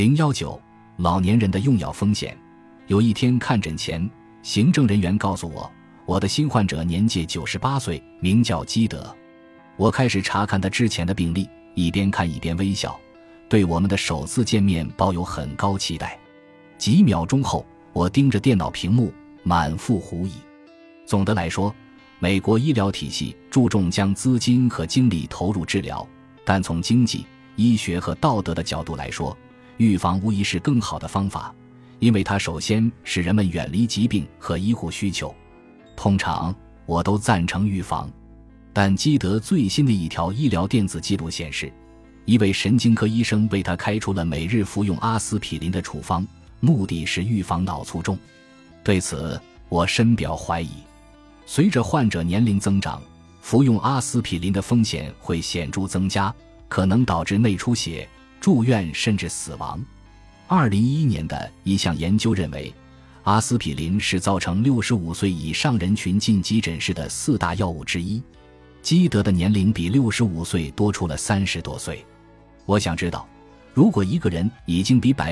019老年人的用药风险。有一天看诊前，行政人员告诉我，我的新患者年届98岁，名叫基德。我开始查看他之前的病历，一边看一边微笑，对我们的首次见面抱有很高期待。几秒钟后，我盯着电脑屏幕，满腹狐疑。总的来说，美国医疗体系注重将资金和精力投入治疗，但从经济、医学和道德的角度来说，预防无疑是更好的方法，因为它首先使人们远离疾病和医护需求。通常我都赞成预防，但基德最新的一条医疗电子记录显示，一位神经科医生为他开出了每日服用阿司匹林的处方，目的是预防脑卒中。对此我深表怀疑。随着患者年龄增长，服用阿司匹林的风险会显著增加，可能导致内出血、住院甚至死亡。2011年的一项研究认为，阿司匹林是造成65岁以上人群进急诊室的4大药物之一。基德的年龄比65岁多出了30多岁。我想知道，如果一个人已经比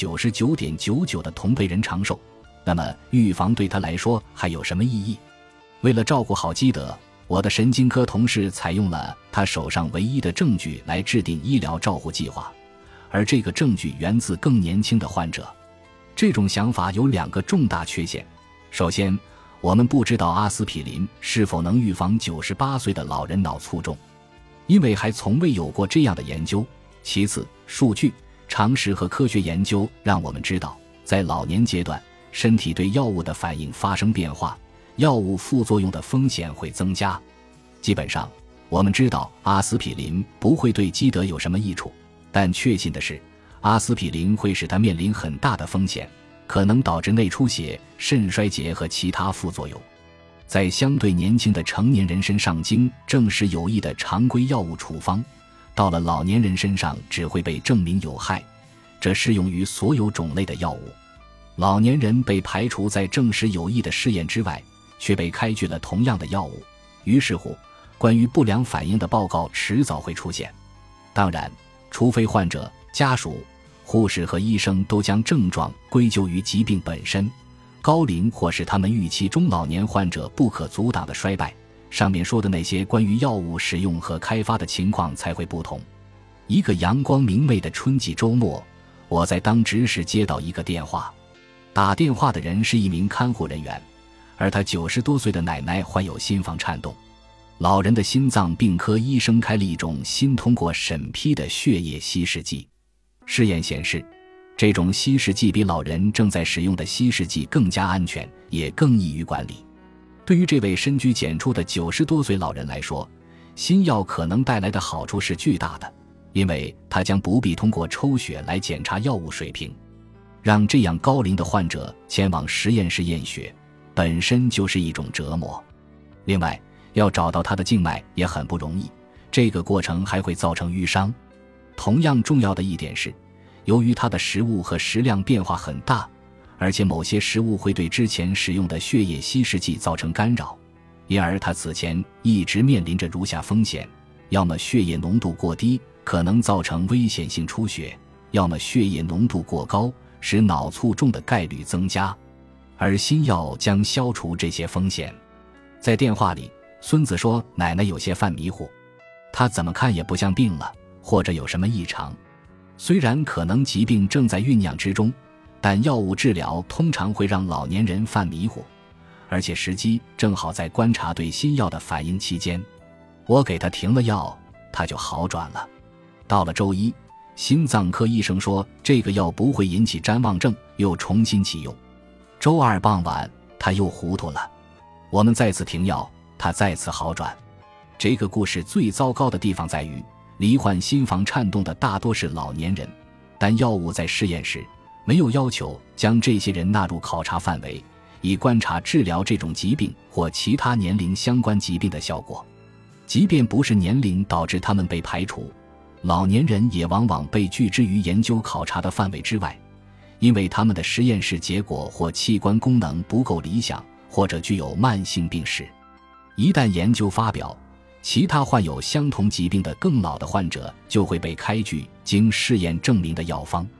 99.99% 的同辈人长寿，那么预防对他来说还有什么意义？为了照顾好基德，我的神经科同事采用了他手上唯一的证据来制定医疗照护计划，而这个证据源自更年轻的患者。这种想法有2个重大缺陷。首先，我们不知道阿司匹林是否能预防98岁的老人脑卒中，因为还从未有过这样的研究。其次，数据、常识和科学研究让我们知道，在老年阶段，身体对药物的反应发生变化，药物副作用的风险会增加。基本上，我们知道阿司匹林不会对基德有什么益处，但确信的是，阿司匹林会使他面临很大的风险，可能导致内出血、肾衰竭和其他副作用。在相对年轻的成年人身上经证实有益的常规药物处方，到了老年人身上只会被证明有害，这适用于所有种类的药物。老年人被排除在证实有益的试验之外，却被开具了同样的药物，于是乎，关于不良反应的报告迟早会出现。当然，除非患者、家属、护士和医生都将症状归咎于疾病本身，高龄或是他们预期中老年患者不可阻挡的衰败，上面说的那些关于药物使用和开发的情况才会不同。一个阳光明媚的春季周末，我在当值时接到一个电话，打电话的人是一名看护人员，而他90多岁的奶奶患有心房颤动。老人的心脏病科医生开了一种新通过审批的血液稀释剂。试验显示，这种稀释剂比老人正在使用的稀释剂更加安全，也更易于管理。对于这位深居简出的90多岁老人来说，新药可能带来的好处是巨大的，因为他将不必通过抽血来检查药物水平。让这样高龄的患者前往实验室验血，本身就是一种折磨。另外，要找到他的静脉也很不容易，这个过程还会造成淤伤。同样重要的一点是，由于他的食物和食量变化很大，而且某些食物会对之前使用的血液稀释剂造成干扰，因而他此前一直面临着如下风险：要么血液浓度过低，可能造成危险性出血；要么血液浓度过高，使脑卒中的概率增加。而新药将消除这些风险。在电话里，孙子说奶奶有些犯迷糊，她怎么看也不像病了，或者有什么异常。虽然可能疾病正在酝酿之中，但药物治疗通常会让老年人犯迷糊，而且时机正好在观察对新药的反应期间。我给他停了药，他就好转了。到了周一，心脏科医生说这个药不会引起谵妄症，又重新启用。周二傍晚，他又糊涂了。我们再次停药，他再次好转。这个故事最糟糕的地方在于，罹患心房颤动的大多是老年人，但药物在试验时没有要求将这些人纳入考察范围，以观察治疗这种疾病或其他年龄相关疾病的效果。即便不是年龄导致他们被排除，老年人也往往被拒之于研究考察的范围之外，因为他们的实验室结果或器官功能不够理想，或者具有慢性病史。一旦研究发表，其他患有相同疾病的更老的患者就会被开具经试验证明的药方。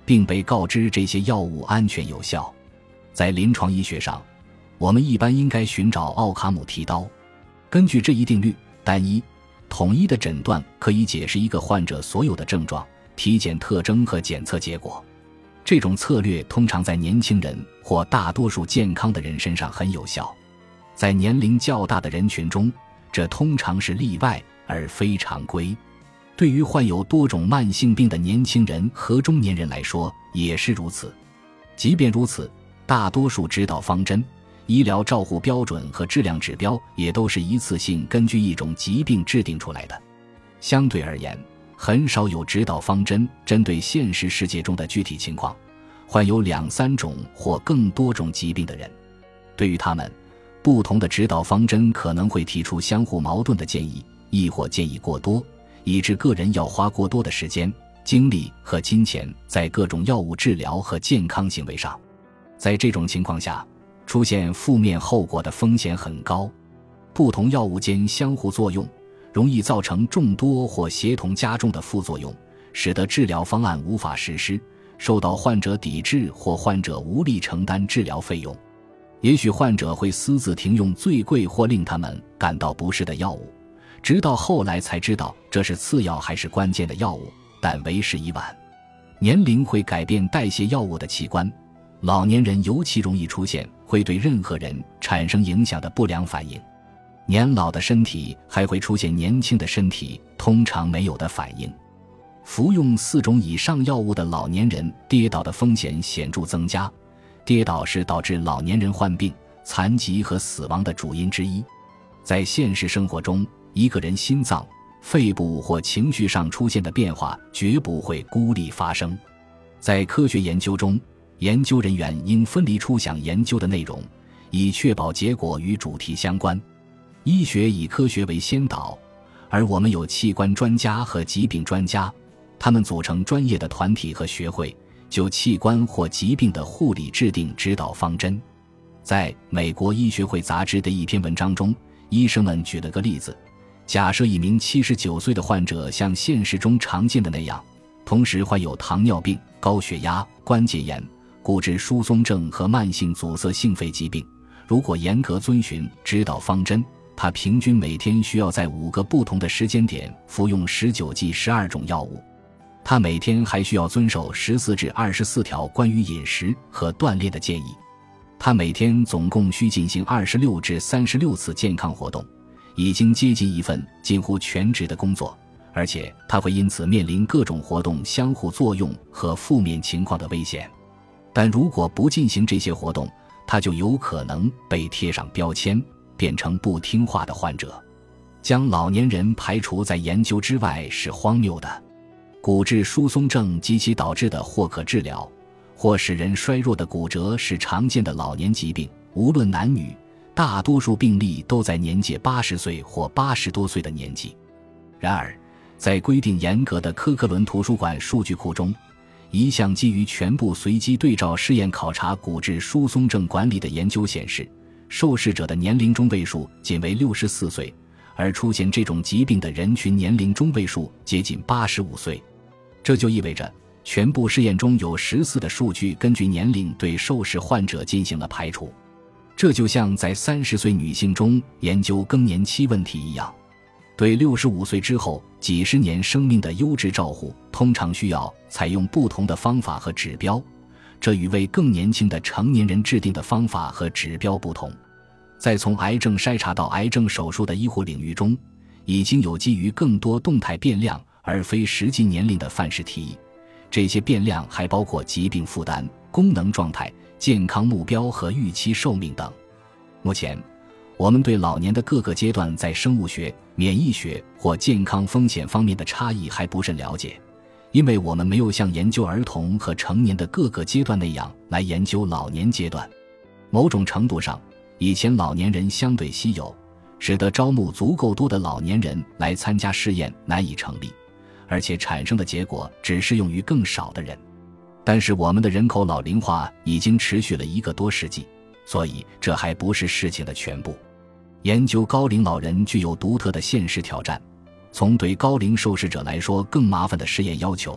并被告知这些药物安全有效。在临床医学上，我们一般应该寻找奥卡姆剃刀。根据这一定律，单一、统一的诊断可以解释一个患者所有的症状、体检特征和检测结果。这种策略通常在年轻人或大多数健康的人身上很有效。在年龄较大的人群中，这通常是例外而非常规。对于患有多种慢性病的年轻人和中年人来说也是如此。即便如此，大多数指导方针、医疗照护标准和质量指标也都是一次性根据一种疾病制定出来的。相对而言，很少有指导方针针对现实世界中的具体情况，患有2-3种或更多种疾病的人。对于他们，不同的指导方针可能会提出相互矛盾的建议，亦或建议过多，以致个人要花过多的时间、精力和金钱在各种药物治疗和健康行为上。在这种情况下，出现负面后果的风险很高。不同药物间相互作用，容易造成众多或协同加重的副作用，使得治疗方案无法实施，受到患者抵制或患者无力承担治疗费用。也许患者会私自停用最贵或令他们感到不适的药物，直到后来才知道这是次要还是关键的药物，但为时已晚。年龄会改变代谢药物的器官，老年人尤其容易出现会对任何人产生影响的不良反应。年老的身体还会出现年轻的身体通常没有的反应。服用4种以上药物的老年人跌倒的风险显著增加，跌倒是导致老年人患病、残疾和死亡的主因之一。在现实生活中，一个人心脏、肺部或情绪上出现的变化绝不会孤立发生。在科学研究中，研究人员应分离出想研究的内容，以确保结果与主题相关。医学以科学为先导，而我们有器官专家和疾病专家，他们组成专业的团体和学会，就器官或疾病的护理制定指导方针。在美国医学会杂志的一篇文章中，医生们举了个例子，假设一名79岁的患者像现实中常见的那样，同时患有糖尿病、高血压、关节炎、骨质疏松症和慢性阻塞性肺疾病。如果严格遵循指导方针，他平均每天需要在5个不同的时间点服用19剂12种药物。他每天还需要遵守14至24条关于饮食和锻炼的建议。他每天总共需进行26至36次健康活动，已经接近一份近乎全职的工作，而且他会因此面临各种活动相互作用和负面情况的危险。但如果不进行这些活动，他就有可能被贴上标签，变成不听话的患者。将老年人排除在研究之外是荒谬的。骨质疏松症及其导致的或可治疗或使人衰弱的骨折是常见的老年疾病，无论男女，大多数病例都在年届80岁或80多岁的年纪。然而，在规定严格的科克伦图书馆数据库中，一项基于全部随机对照试验考察骨质疏松症管理的研究显示，受试者的年龄中位数仅为64岁，而出现这种疾病的人群年龄中位数接近85岁。这就意味着全部试验中有14的数据根据年龄对受试患者进行了排除。这就像在30岁女性中研究更年期问题一样。对65岁之后几十年生命的优质照护通常需要采用不同的方法和指标，这与为更年轻的成年人制定的方法和指标不同。在从癌症筛查到癌症手术的医护领域中，已经有基于更多动态变量而非实际年龄的范式提议，这些变量还包括疾病负担、功能状态、健康目标和预期寿命等。目前，我们对老年的各个阶段在生物学、免疫学或健康风险方面的差异还不甚了解，因为我们没有像研究儿童和成年的各个阶段那样来研究老年阶段。某种程度上，以前老年人相对稀有，使得招募足够多的老年人来参加试验难以成立，而且产生的结果只适用于更少的人。但是我们的人口老龄化已经持续了1个多世纪，所以这还不是事情的全部。研究高龄老人具有独特的现实挑战，从对高龄受试者来说更麻烦的试验要求，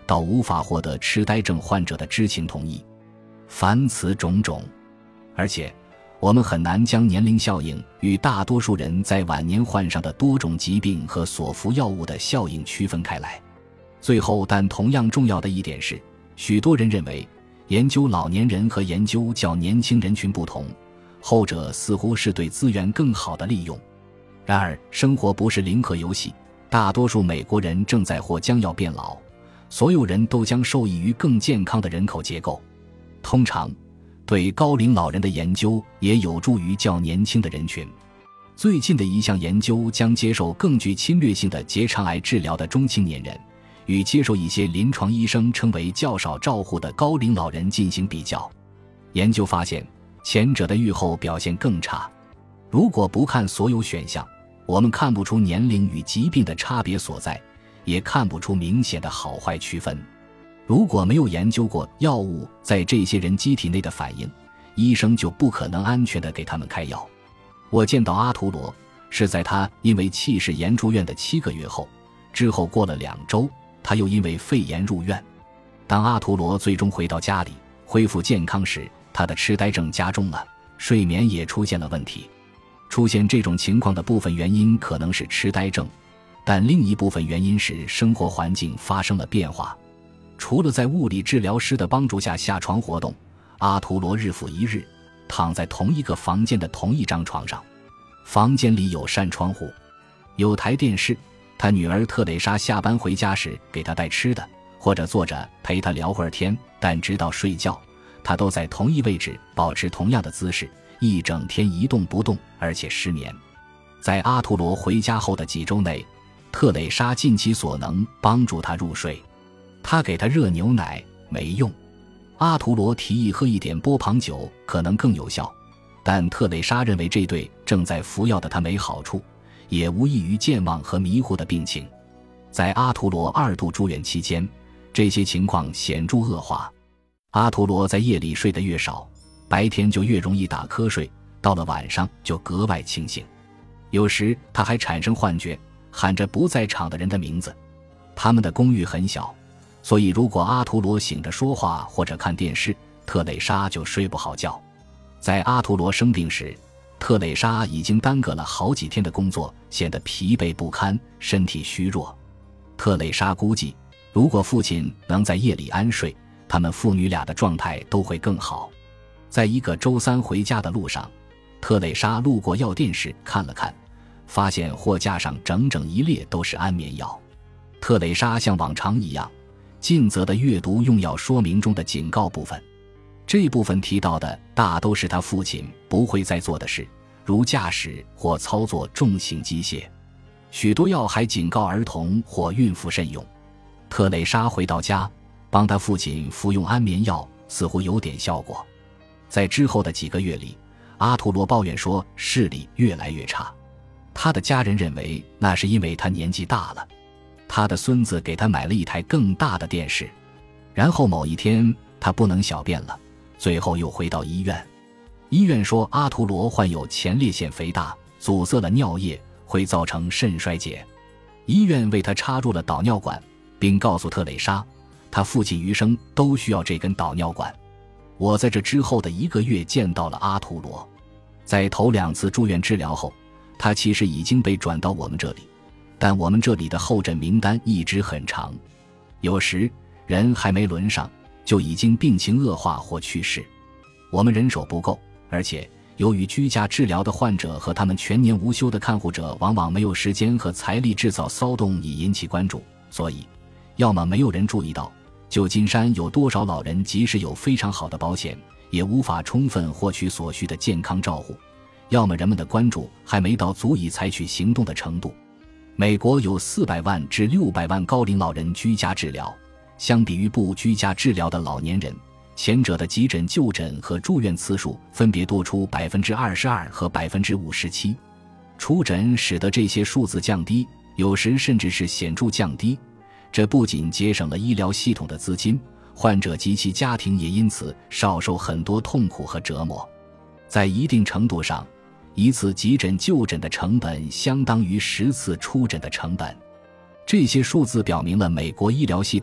到无法获得痴呆症患者的知情同意。凡此种种，而且我们很难将年龄效应与大多数人在晚年患上的多种疾病和所服药物的效应区分开来。最后但同样重要的一点是，许多人认为研究老年人和研究较年轻人群不同，后者似乎是对资源更好的利用。然而生活不是零和游戏，大多数美国人正在或将要变老，所有人都将受益于更健康的人口结构。通常对高龄老人的研究也有助于较年轻的人群。最近的一项研究将接受更具侵略性的结肠癌治疗的中青年人与接受一些临床医生称为较少照护的高龄老人进行比较。研究发现，前者的预后表现更差。如果不看所有选项，我们看不出年龄与疾病的差别所在，也看不出明显的好坏区分。如果没有研究过药物在这些人机体内的反应，医生就不可能安全地给他们开药。我见到阿图罗是在他因为气室炎住院的7个月后，之后过了2周，他又因为肺炎入院。当阿图罗最终回到家里恢复健康时，他的痴呆症加重了，睡眠也出现了问题。出现这种情况的部分原因可能是痴呆症，但另一部分原因是生活环境发生了变化。除了在物理治疗师的帮助下下床活动，阿图罗日复一日躺在同一个房间的同一张床上。房间里有扇窗户，有台电视，他女儿特蕾莎下班回家时给他带吃的，或者坐着陪他聊会儿天，但直到睡觉，他都在同一位置保持同样的姿势，一整天一动不动，而且失眠。在阿图罗回家后的几周内，特蕾莎尽其所能帮助他入睡。他给他热牛奶没用，阿图罗提议喝一点波旁酒可能更有效，但特蕾莎认为这对正在服药的他没好处，也无异于健忘和迷糊的病情。在阿图罗2度住院期间，这些情况显著恶化。阿图罗在夜里睡得越少，白天就越容易打瞌睡，到了晚上就格外清醒。有时他还产生幻觉，喊着不在场的人的名字。他们的公寓很小，所以如果阿图罗醒着说话或者看电视，特蕾莎就睡不好觉。在阿图罗生病时，特蕾莎已经耽搁了好几天的工作，显得疲惫不堪，身体虚弱。特蕾莎估计，如果父亲能在夜里安睡，他们父女俩的状态都会更好。在一个周3回家的路上，特蕾莎路过药店时看了看，发现货架上整整一列都是安眠药。特蕾莎像往常一样尽责地阅读用药说明中的警告部分，这部分提到的大都是他父亲不会再做的事，如驾驶或操作重型机械。许多药还警告儿童或孕妇慎用。特蕾莎回到家，帮他父亲服用安眠药，似乎有点效果。在之后的几个月里，阿图罗抱怨说视力越来越差，他的家人认为那是因为他年纪大了。他的孙子给他买了一台更大的电视。然后某一天他不能小便了，最后又回到医院。医院说阿图罗患有前列腺肥大，阻塞了尿液，会造成肾衰竭。医院为他插入了导尿管，并告诉特蕾莎，他父亲余生都需要这根导尿管。我在这之后的1个月见到了阿图罗。在头2次住院治疗后，他其实已经被转到我们这里，但我们这里的候诊名单一直很长，有时人还没轮上就已经病情恶化或去世。我们人手不够，而且由于居家治疗的患者和他们全年无休的看护者往往没有时间和财力制造骚动以引起关注，所以要么没有人注意到旧金山有多少老人即使有非常好的保险也无法充分获取所需的健康照护，要么人们的关注还没到足以采取行动的程度。美国有400万至600万高龄老人居家治疗，相比于不居家治疗的老年人，前者的急诊就诊和住院次数分别多出 22% 和 57%。 出诊使得这些数字降低，有时甚至是显著降低。这不仅节省了医疗系统的资金，患者及其家庭也因此少受很多痛苦和折磨。在一定程度上，一次急诊就诊的成本相当于10次出诊的成本。这些数字表明了美国医疗系统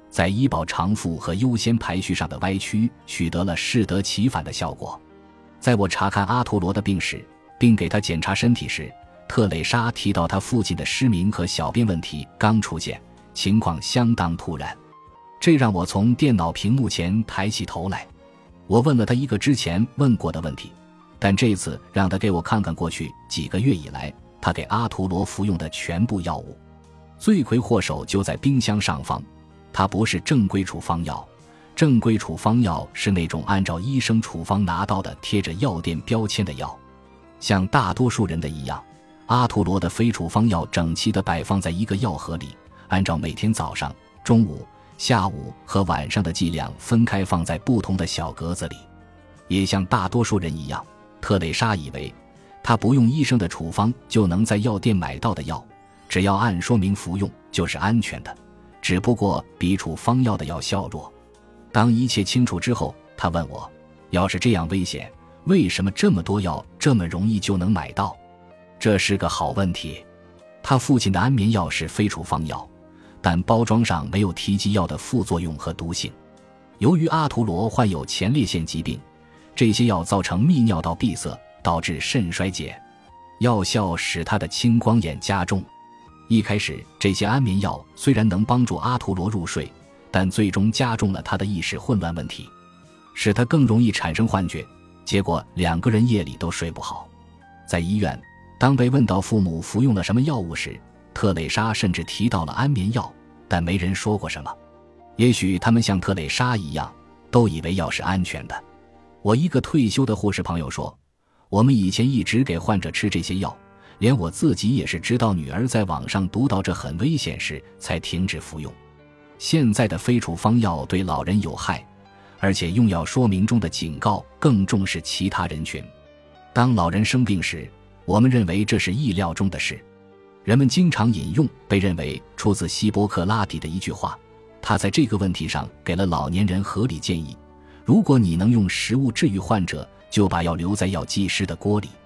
在医保偿付和优先排序上的歪曲取得了适得其反的效果。在我查看阿图罗的病史，并给他检查身体时，特蕾莎提到他父亲的失明和小便问题刚出现，情况相当突然。这让我从电脑屏幕前抬起头来。我问了他一个之前问过的问题，但这次让他给我看看过去几个月以来他给阿图罗服用的全部药物。罪魁祸首就在冰箱上方，它不是正规处方药，正规处方药是那种按照医生处方拿到的贴着药店标签的药。像大多数人的一样，阿图罗的非处方药整齐地摆放在一个药盒里，按照每天早上、中午、下午和晚上的剂量分开放在不同的小格子里。也像大多数人一样，特蕾莎以为她不用医生的处方就能在药店买到的药，只要按说明服用就是安全的，只不过比处方药的药效弱。当一切清楚之后，她问我，要是这样危险，为什么这么多药这么容易就能买到？这是个好问题。他父亲的安眠药是非处方药，但包装上没有提及药的副作用和毒性。由于阿图罗患有前列腺疾病，这些药造成泌尿道闭塞，导致肾衰竭，药效使他的青光眼加重。一开始这些安眠药虽然能帮助阿图罗入睡，但最终加重了他的意识混乱问题，使他更容易产生幻觉，结果2个人夜里都睡不好。在医院，当被问到父母服用了什么药物时，特蕾莎甚至提到了安眠药，但没人说过什么。也许他们像特蕾莎一样，都以为药是安全的。我一个退休的护士朋友说，我们以前一直给患者吃这些药，连我自己也是直到女儿在网上读到这很危险时才停止服用。现在的非处方药对老人有害，而且用药说明中的警告更重视其他人群。当老人生病时，我们认为这是意料中的事。人们经常引用被认为出自希波克拉底的一句话，他在这个问题上给了老年人合理建议：如果你能用食物治愈患者，就把药留在药剂师的锅里。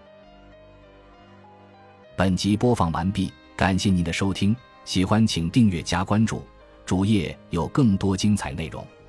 本集播放完毕，感谢您的收听，喜欢请订阅加关注，主页有更多精彩内容。